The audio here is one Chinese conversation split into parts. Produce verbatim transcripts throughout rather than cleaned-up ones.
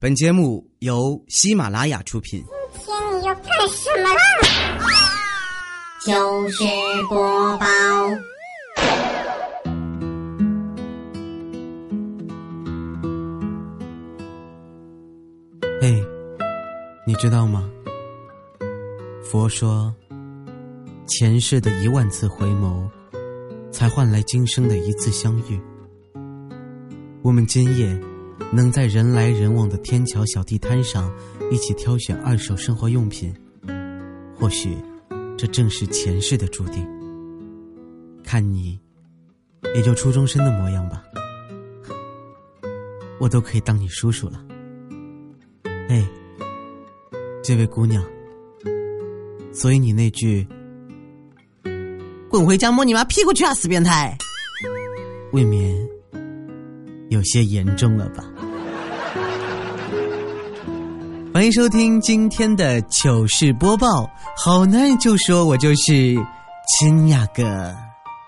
本节目由喜马拉雅出品。 今天你要干什么啦？ 糗事播报。 嘿，你知道吗？佛说，前世的一万次回眸，才换来今生的一次相遇。我们今夜能在人来人往的天桥小地摊上一起挑选二手生活用品，或许这正是前世的注定。看你也就初中生的模样吧，我都可以当你叔叔了。嘿，这位姑娘，所以你那句滚回家摸你妈屁股去啊死变态，未免有些严重了吧。欢迎收听今天的糗事播报，好男人就说我就是亲呀个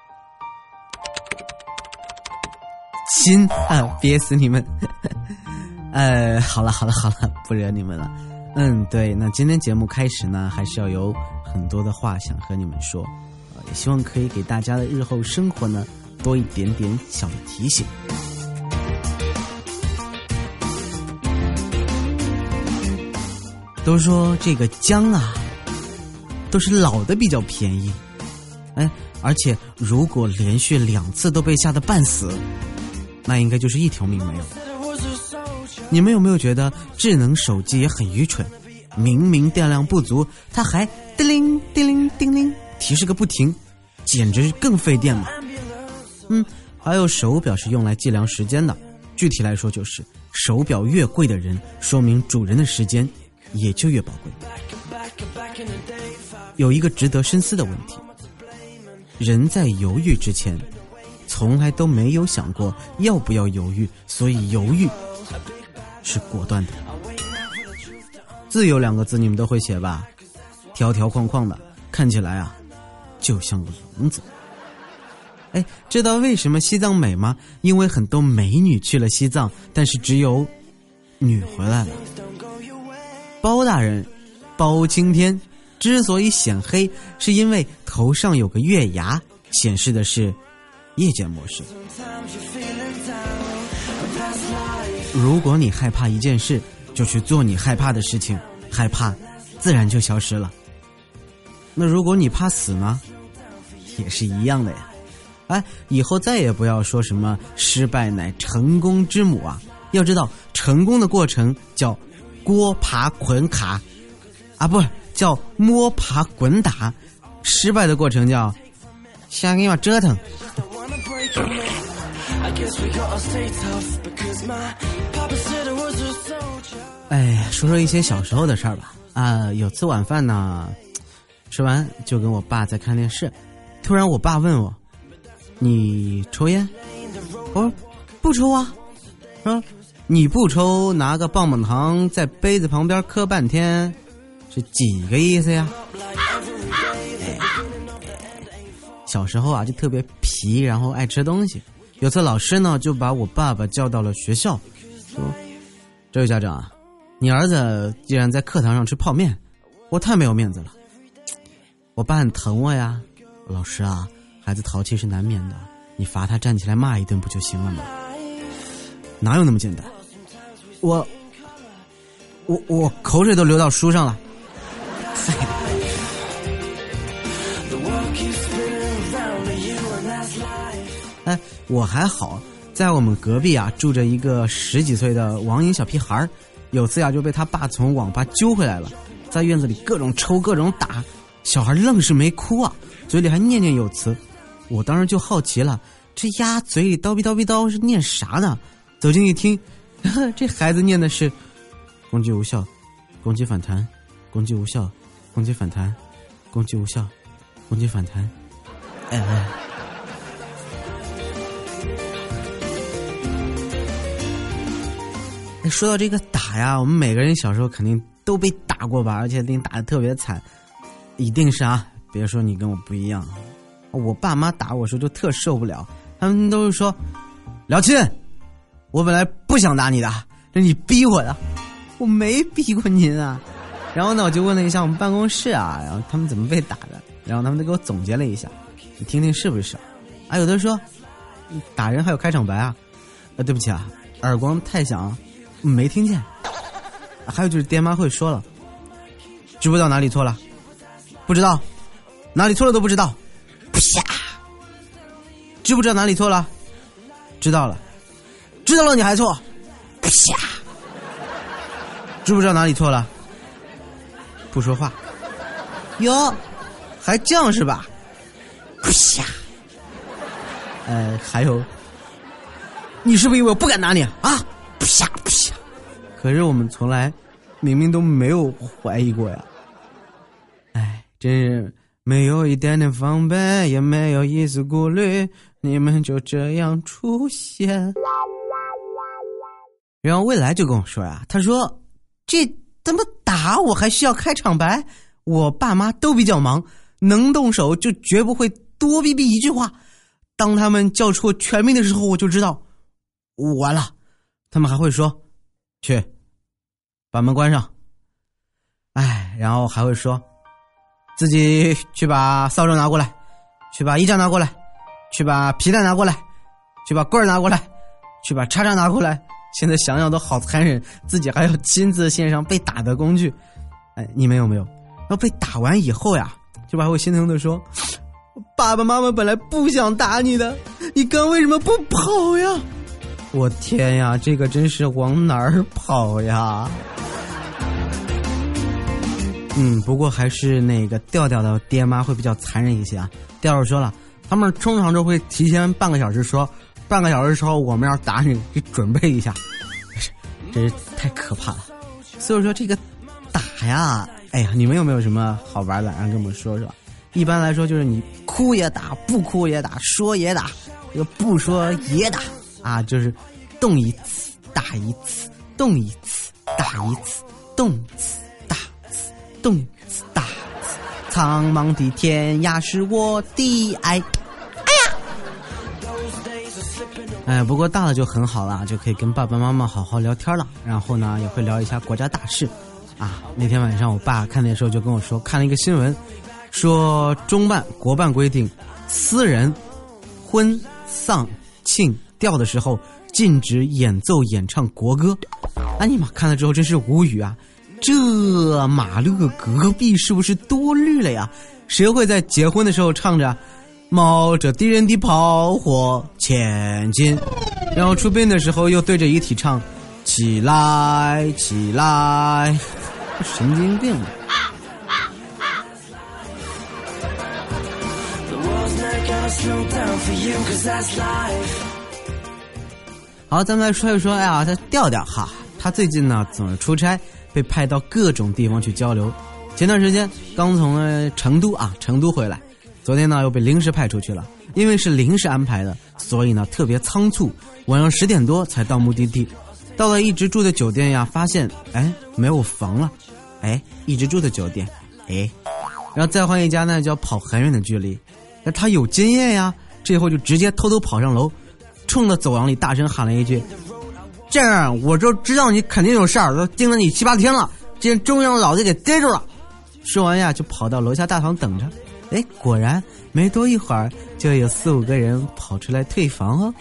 亲啊，憋死你们。呃，好了好了好了，不惹你们了。嗯，对，那今天节目开始呢，还是要有很多的话想和你们说，呃、也希望可以给大家的日后生活呢多一点点小的提醒。都说这个姜啊都是老的比较便宜，哎，而且如果连续两次都被吓得半死，那应该就是一条命没有。你们有没有觉得智能手机也很愚蠢？明明电量不足，它还叮铃叮铃叮铃提示个不停，简直更费电嘛。嗯，还有手表是用来计量时间的，具体来说就是手表越贵的人，说明主人的时间也就越宝贵。有一个值得深思的问题，人在犹豫之前从来都没有想过要不要犹豫，所以犹豫是果断的。自由两个字你们都会写吧？条条框框的，看起来啊就像个笼子。哎，知道为什么西藏美吗？因为很多美女去了西藏，但是只有女回来了。包大人包青天之所以显黑，是因为头上有个月牙，显示的是夜间模式。如果你害怕一件事，就去做你害怕的事情，害怕自然就消失了。那如果你怕死呢？也是一样的呀。哎，以后再也不要说什么失败乃成功之母啊！要知道，成功的过程叫锅爬滚卡，啊，不叫摸爬滚打；失败的过程叫瞎给你妈折腾。哎，说说一些小时候的事儿吧。啊，有次晚饭呢，吃完就跟我爸在看电视，突然我爸问我：“你抽烟？”我说：“不抽啊。”说：“你不抽，拿个棒棒糖在杯子旁边磕半天，是几个意思呀？”哎，小时候啊就特别皮，然后爱吃东西。有次老师呢就把我爸爸叫到了学校，说：“这位家长啊，你儿子既然在课堂上吃泡面，我太没有面子了。”我爸很疼我呀，老师啊，孩子淘气是难免的，你罚他站起来骂一顿不就行了吗？哪有那么简单？我我我口水都流到书上了。哎，我还好，在我们隔壁啊住着一个十几岁的网瘾小屁孩，有次呀就被他爸从网吧揪回来了，在院子里各种抽各种打，小孩愣是没哭啊，嘴里还念念有词。我当时就好奇了，这丫嘴里叨逼叨逼叨是念啥呢？走近一听，呵呵，这孩子念的是攻击无效，攻击反弹，攻击无效，攻击反弹，攻击无效，攻击反弹。哎哎，说到这个打呀，我们每个人小时候肯定都被打过吧，而且定打得特别惨，一定是啊，别说你跟我不一样。我爸妈打我时候就特受不了，他们都是说：“辽亲，我本来不想打你的，是你逼我的。” 我没逼过您啊。然后呢，我就问了一下我们办公室啊，然后他们怎么被打的，然后他们都给我总结了一下，你听听是不是？啊，有的说打人还有开场白啊，呃，对不起啊，耳光太响，没听见。啊、还有就是爹妈会说了，知不知道哪里错了？不知道，哪里错了都不知道。啪！知不知道哪里错了？知道了，知道了你还错。啪！知不知道哪里错了？不说话。哟，还这样是吧？啪！呃，还有，你是不是以为我不敢打你啊？啪啪！可是我们从来明明都没有怀疑过呀。哎，真是没有一点点防备，也没有一丝顾虑，你们就这样出现。然后未来就跟我说呀，他说这怎么打我还需要开场白？我爸妈都比较忙，能动手就绝不会多逼逼一句话。当他们叫出我全名的时候，我就知道完了。他们还会说去把门关上，哎，然后还会说自己去把扫帚拿过来，去把衣架拿过来，去把皮带拿过来，去把棍儿拿过来，去把叉叉拿过来。现在想想都好残忍，自己还要亲自献上被打的工具。哎，你们有没有？然后被打完以后呀，就还会心疼的说，爸爸妈妈本来不想打你的，你刚为什么不跑呀？我天呀，这个真是往哪儿跑呀？嗯，不过还是那个调调的爹妈会比较残忍一些啊。调调说了，他们通常都会提前半个小时说，半个小时之后我们要打你，你准备一下。真是太可怕了。所以说这个打呀，哎呀，你们有没有什么好玩的？让跟我们说说。一般来说就是你哭也打，不哭也打，说也打，这个不说也打啊，就是动一次打一次，动一次打一次，动一次打一次，动一次打一次。苍茫的天涯是我的爱。哎，不过大了就很好了，就可以跟爸爸妈妈好好聊天了。然后呢，也会聊一下国家大事啊。那天晚上我爸看的时候就跟我说，看了一个新闻，说中办国办规定，私人婚丧庆吊的时候禁止演奏演唱国歌。哎你妈，看了之后真是无语啊！这马路隔壁是不是多虑了呀？谁会在结婚的时候唱着冒着敌人的炮火前进，然后出殡的时候又对着遗体唱起来起来，神经病。好，咱们来说一说，哎呀，他调调哈，他最近呢总是出差，被派到各种地方去交流。前段时间刚从成都啊成都回来，昨天呢又被临时派出去了，因为是临时安排的，所以呢特别仓促，晚上十点多才到目的地。到了一直住的酒店呀，发现哎没有房了，哎一直住的酒店，哎，然后再换一家呢就要跑很远的距离。那他有经验呀，这回就直接偷偷跑上楼，冲着走廊里大声喊了一句：“这样我就知道你肯定有事儿，都盯了你七八天了，今天终于让老子给逮住了。”说完呀，就跑到楼下大堂等着。哎，果然没多一会儿，就有四五个人跑出来退房哦。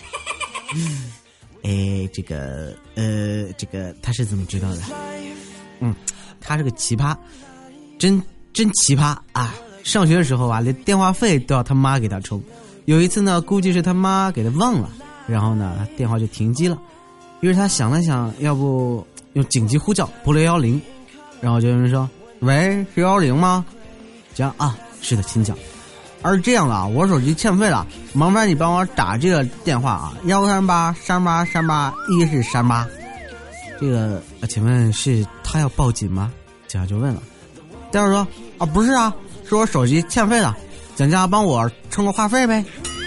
哎，这个呃，这个他是怎么知道的？嗯，他是个奇葩，真真奇葩啊！上学的时候啊，连电话费都要他妈给他充。有一次呢，估计是他妈给他忘了，然后呢，电话就停机了。于是他想了想，要不用紧急呼叫拨了幺零，然后就有人说：“喂，是幺零吗？”讲啊，是的，请讲。而这样啊，我手机欠费了，麻烦你帮我打这个电话啊，幺三八三八三八一是三八。这个，啊、请问是他要报警吗？警察就问了。第二说啊，不是啊，是我手机欠费了，蒋家帮我充个话费呗。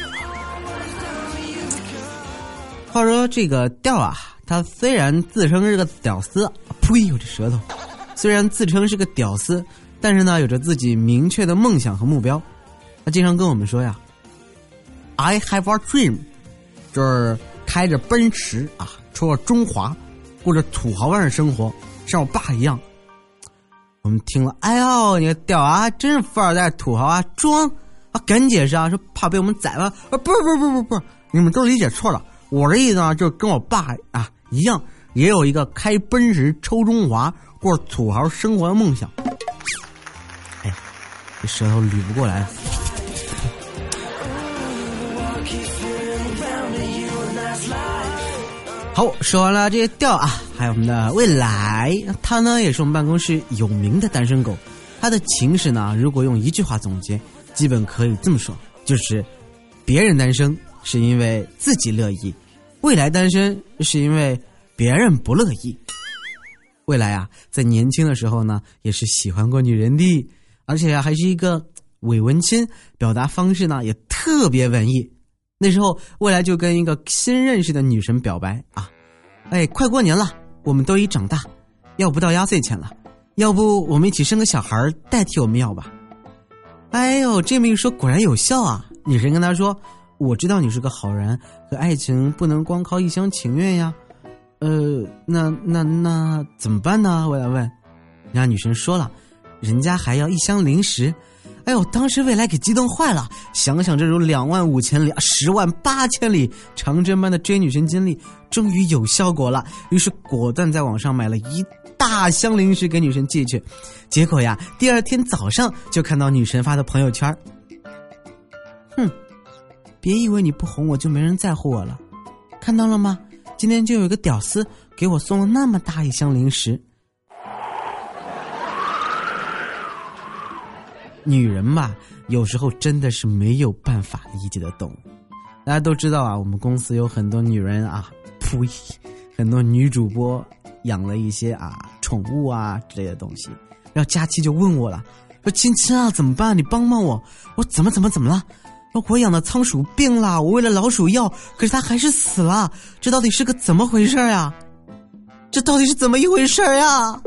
话说这个调啊，他虽然自称是个屌丝，呸，有这舌头。虽然自称是个屌丝，但是呢，有着自己明确的梦想和目标。他经常跟我们说呀 ，I have a dream， 就是开着奔驰啊，出了中华，过着土豪般的生活， 像我爸一样。我们听了，哎呦，你个屌啊，真是富二代土豪啊，装啊，赶紧解释啊，说怕被我们宰了。啊，不是不是不是不是，你们都理解错了。我的意思呢，就跟我爸啊一样，也有一个开奔驰、抽中华、过土豪生活的梦想。哎呀，这舌头捋不过来了。好，说完了这些调啊，还有我们的未来，他呢也是我们办公室有名的单身狗。他的情史呢，如果用一句话总结，基本可以这么说，就是别人单身是因为自己乐意，未来单身是因为别人不乐意。未来啊，在年轻的时候呢，也是喜欢过女人的，而且啊，还是一个伪文青，表达方式呢也特别文艺。那时候未来就跟一个新认识的女神表白啊，哎，快过年了，我们都已长大，要不到压岁钱了，要不我们一起生个小孩代替我们要吧。哎呦，这么一说果然有效啊。女神跟他说，我知道你是个好人，可爱情不能光靠一厢情愿呀。呃，那那那怎么办呢？未来问。人家女神说了，人家还要一箱零食。哎呦，当时未来给激动坏了，想想这种两万五千里、十万八千里长征般的追女神经历，终于有效果了。于是果断在网上买了一大箱零食给女神寄去。结果呀，第二天早上就看到女神发的朋友圈。哼，别以为你不红我就没人在乎我了，看到了吗？今天就有一个屌丝给我送了那么大一箱零食。女人吧，有时候真的是没有办法理解的动物。大家都知道啊，我们公司有很多女人啊，呸，很多女主播养了一些啊宠物啊之类的东西。然后佳期就问我了，说亲亲啊，怎么办？你帮帮我。我怎么怎么怎么了？我养的仓鼠病了，我喂了老鼠药，可是它还是死了，这到底是个怎么回事呀？这到底是怎么一回事呀？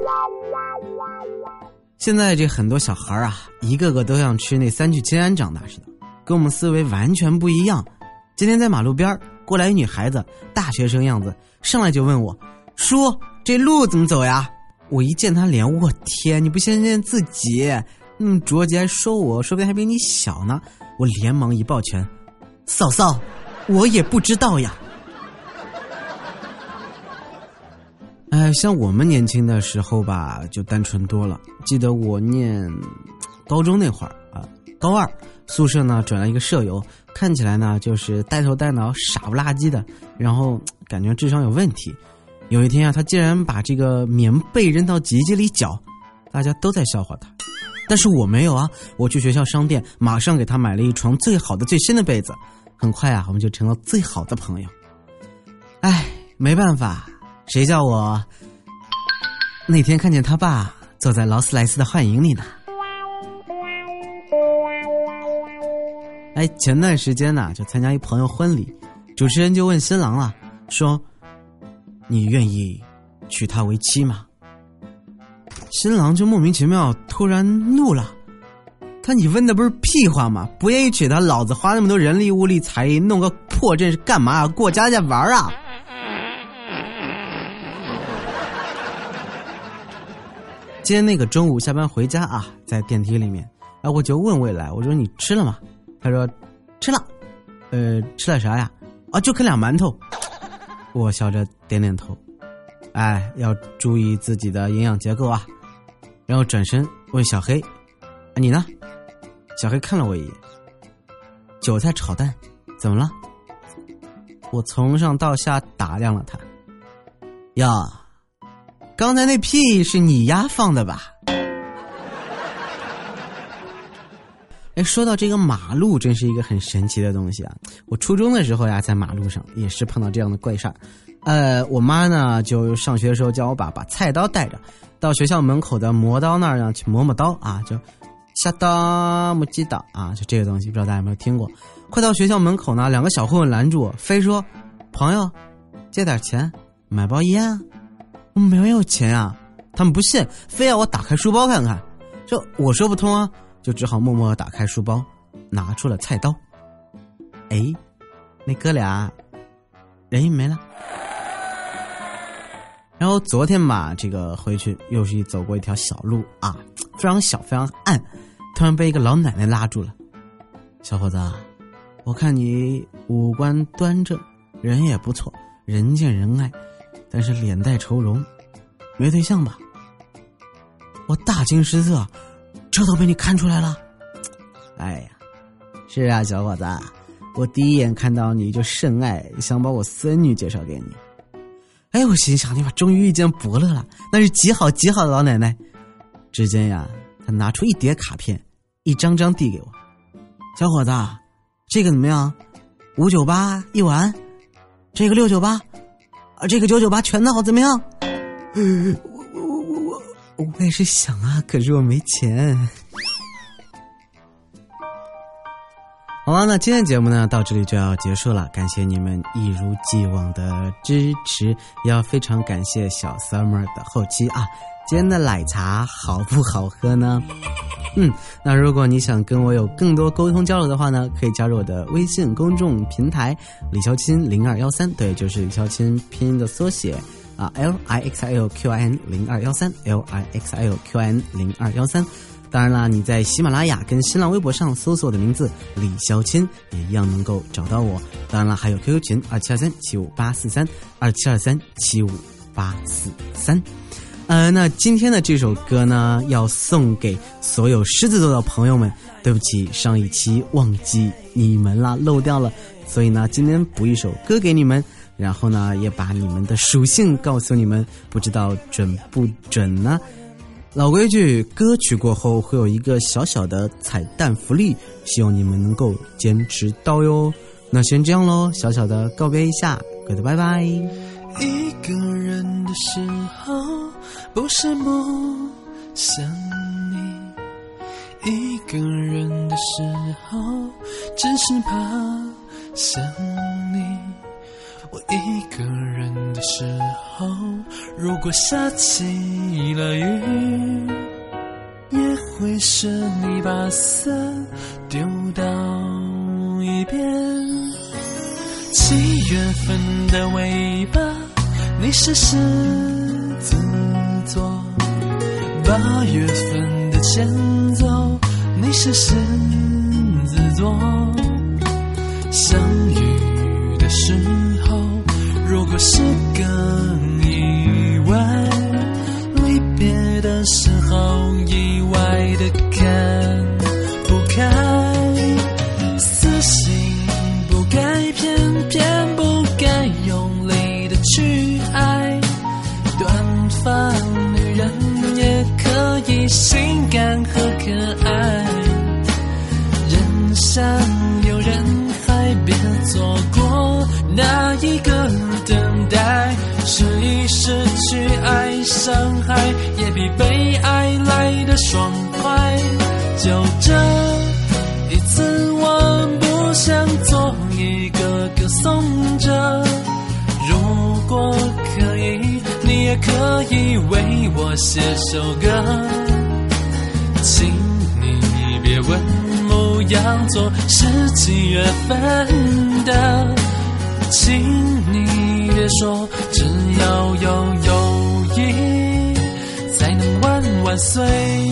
现在这很多小孩啊，一个个都像吃那三聚氰胺长大似的，跟我们思维完全不一样。今天在马路边过来一女孩子，大学生样子，上来就问我，叔，这路怎么走呀？我一见她脸，我天，你不先见自己，嗯，着急还说我，说不定还比你小呢。我连忙一抱拳，嫂嫂，我也不知道呀。哎，像我们年轻的时候吧，就单纯多了。记得我念高中那会儿啊，高二宿舍呢转了一个舍友，看起来呢就是呆头呆脑、傻不拉几的，然后感觉智商有问题。有一天啊，他竟然把这个棉被扔到结节里搅，大家都在笑话他。但是我没有啊，我去学校商店，马上给他买了一床最好的、最新的被子。很快啊，我们就成了最好的朋友。哎，没办法。谁叫我那天看见他爸坐在劳斯莱斯的幻影里呢？哎，前段时间呢、啊，就参加一朋友婚礼，主持人就问新郎了，说：“你愿意娶她为妻吗？”新郎就莫名其妙突然怒了，他你问的不是屁话吗？不愿意娶她，老子花那么多人力物力财力弄个破阵是干嘛啊？过家家玩啊？今天那个中午下班回家啊，在电梯里面，啊，我就问未来，我说你吃了吗？他说吃了，呃，吃了啥呀？啊，就啃俩馒头。我笑着点点头，哎，要注意自己的营养结构啊。然后转身问小黑，啊，你呢？小黑看了我一眼，韭菜炒蛋，怎么了？我从上到下打量了他，呀。刚才那屁是你丫放的吧？哎，说到这个马路，真是一个很神奇的东西啊！我初中的时候呀，在马路上也是碰到这样的怪事儿。呃，我妈呢就上学的时候叫我把把菜刀带着到学校门口的磨刀那儿呢去磨磨刀啊，就下刀磨鸡刀啊，就这个东西，不知道大家有没有听过？快到学校门口呢，两个小混混拦住我，非说：“朋友，借点钱买包烟啊。”我没有钱啊，他们不信，非要我打开书包看看。这我说不通啊，就只好默默打开书包，拿出了菜刀。哎，那哥俩人也没了。 然后昨天吧，这个回去又是走过一条小路啊，非常小，非常暗，突然被一个老奶奶拉住了。小伙子，我看你五官端正，人也不错，人见人爱，但是脸带愁容，没对象吧？我大惊失色，这都被你看出来了？哎呀，是啊，小伙子，我第一眼看到你就甚爱，想把我孙女介绍给你。哎，我心想，你妈终于遇见伯乐了，那是极好极好的老奶奶。只见呀，她拿出一叠卡片，一张张递给我。小伙子，这个怎么样？五九八一晚，这个六九八，啊，这个九九八全套，怎么样？我我我我我我也是想啊，可是我没钱。好了，那今天节目呢到这里就要结束了，感谢你们一如既往的支持，也要非常感谢小 Summer 的后期啊。今天的奶茶好不好喝呢？嗯，那如果你想跟我有更多沟通交流的话呢，可以加入我的微信公众平台李肖钦零二一三，对，就是李肖钦拼音的缩写啊 L I X I L Q I N 零二一三 L I X I L Q I N 零二一三。当然啦，你在喜马拉雅跟新浪微博上搜索我的名字李肖钦，也一样能够找到我。当然了，还有 Q Q 群二七二三七五八四三二七二三七五八四三。呃，那今天的这首歌呢，要送给所有狮子座的朋友们。对不起，上一期忘记你们了，漏掉了，所以呢，今天补一首歌给你们，然后呢，也把你们的属性告诉你们，不知道准不准呢？老规矩，歌曲过后会有一个小小的彩蛋福利，希望你们能够坚持到哟。那先这样咯，小小的告别一下，各位拜拜。 一个人的时候，不是不想你，一个人的时候，只是怕想你。我一个人的时候，如果下起了雨，也会是你把伞丢到一边。七月份的尾巴，你是狮子座，八月份的前奏，你是狮子座。相遇的时候，如果是个意外，离别的时候，意外的看不开，死心不该，偏偏不该用力的去爱。短发女人也可以性感和可爱，人山有人海，别错过那一个等待。失意失去爱，伤害也比被爱来的爽快。就这一次，我不想做一个歌颂者，如果可以，你也可以为我写首歌。请你别问牧羊座是几月份的，请你别说只要有友谊才能万万岁。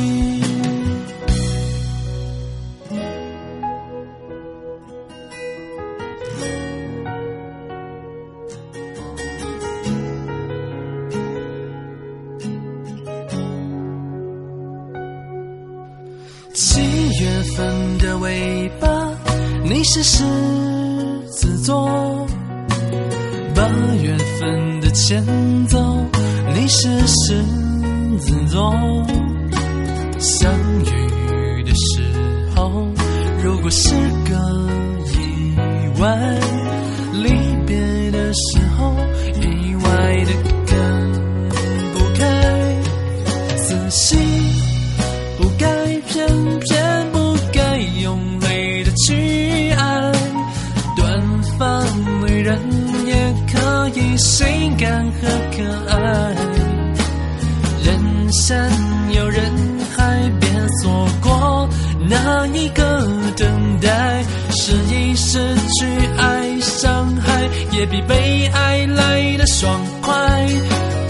七月份的尾巴，你是狮子座，八月份的前奏，你是狮子座。相遇的时候，如果是个意外，离别的时候，意外的跟不开，仔细不该，偏偏不该用力的去爱。短发女人也可以性感和可爱，人山有人海，别错过那一个等待。失意失去爱，伤害也比被爱来的爽快。